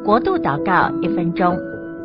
国度祷告1分钟。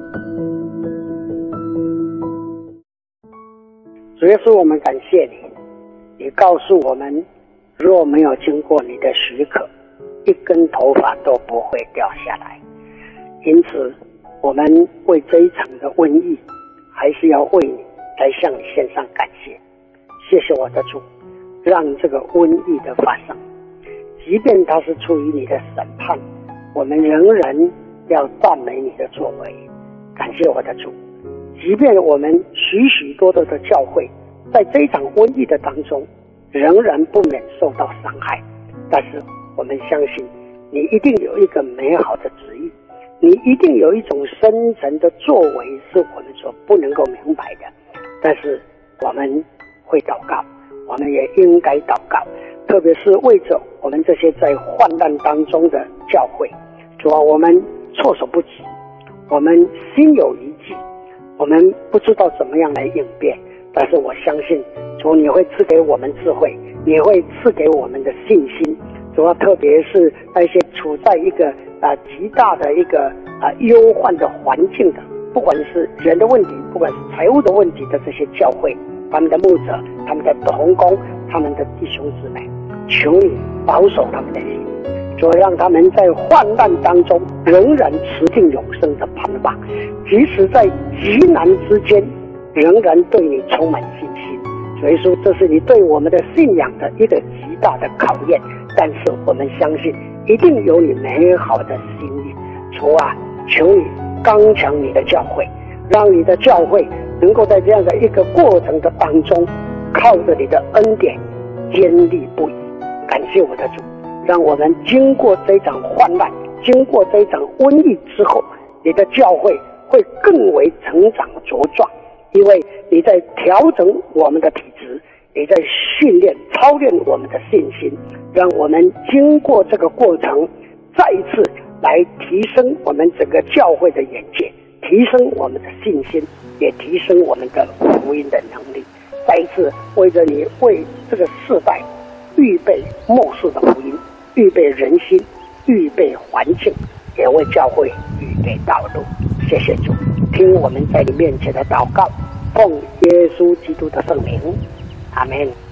主耶稣，我们感谢你，你告诉我们，若没有经过你的许可，一根头发都不会掉下来。因此，我们为这一场的瘟疫，还是要为你来向你献上感谢。谢谢我的主，让这个瘟疫的发生，即便它是出于你的审判，我们仍然要赞美你的作为。感谢我的主，即便我们许许多多的教会在这一场瘟疫的当中仍然不免受到伤害，但是我们相信你一定有一个美好的旨意，你一定有一种深层的作为是我们所不能够明白的。但是我们会祷告，我们也应该祷告，特别是为着我们这些在患难当中的教会。主啊，我们措手不及，我们心有余悸，我们不知道怎么样来应变，但是我相信主，你会赐给我们智慧，你会赐给我们的信心。主要特别是那些处在一个极大的一个忧患的环境的，不管是人的问题，不管是财务的问题的这些教会，他们的牧者，他们的同工，他们的弟兄姊妹，求你保守他们的心，主要让他们在患难当中仍然持定永生的盼望，即使在极难之间仍然对你充满信心。所以说，这是你对我们的信仰的一个极大的考验，但是我们相信一定有你美好的心意。主啊，求你刚强你的教会，让你的教会能够在这样的一个过程的当中，靠着你的恩典坚立不移。感谢我的主，让我们经过这场患难，经过这场瘟疫之后，你的教会会更为成长茁壮，因为你在调整我们的体质，你在训练操练我们的信心，让我们经过这个过程再一次来提升我们整个教会的眼界，提升我们的信心，也提升我们的福音的能力。再一次为着你为这个世代预备末世的福音，预备人心，预备环境，也为教会预备道路。谢谢主，听我们在你面前的祷告，奉耶稣基督的圣名，阿们。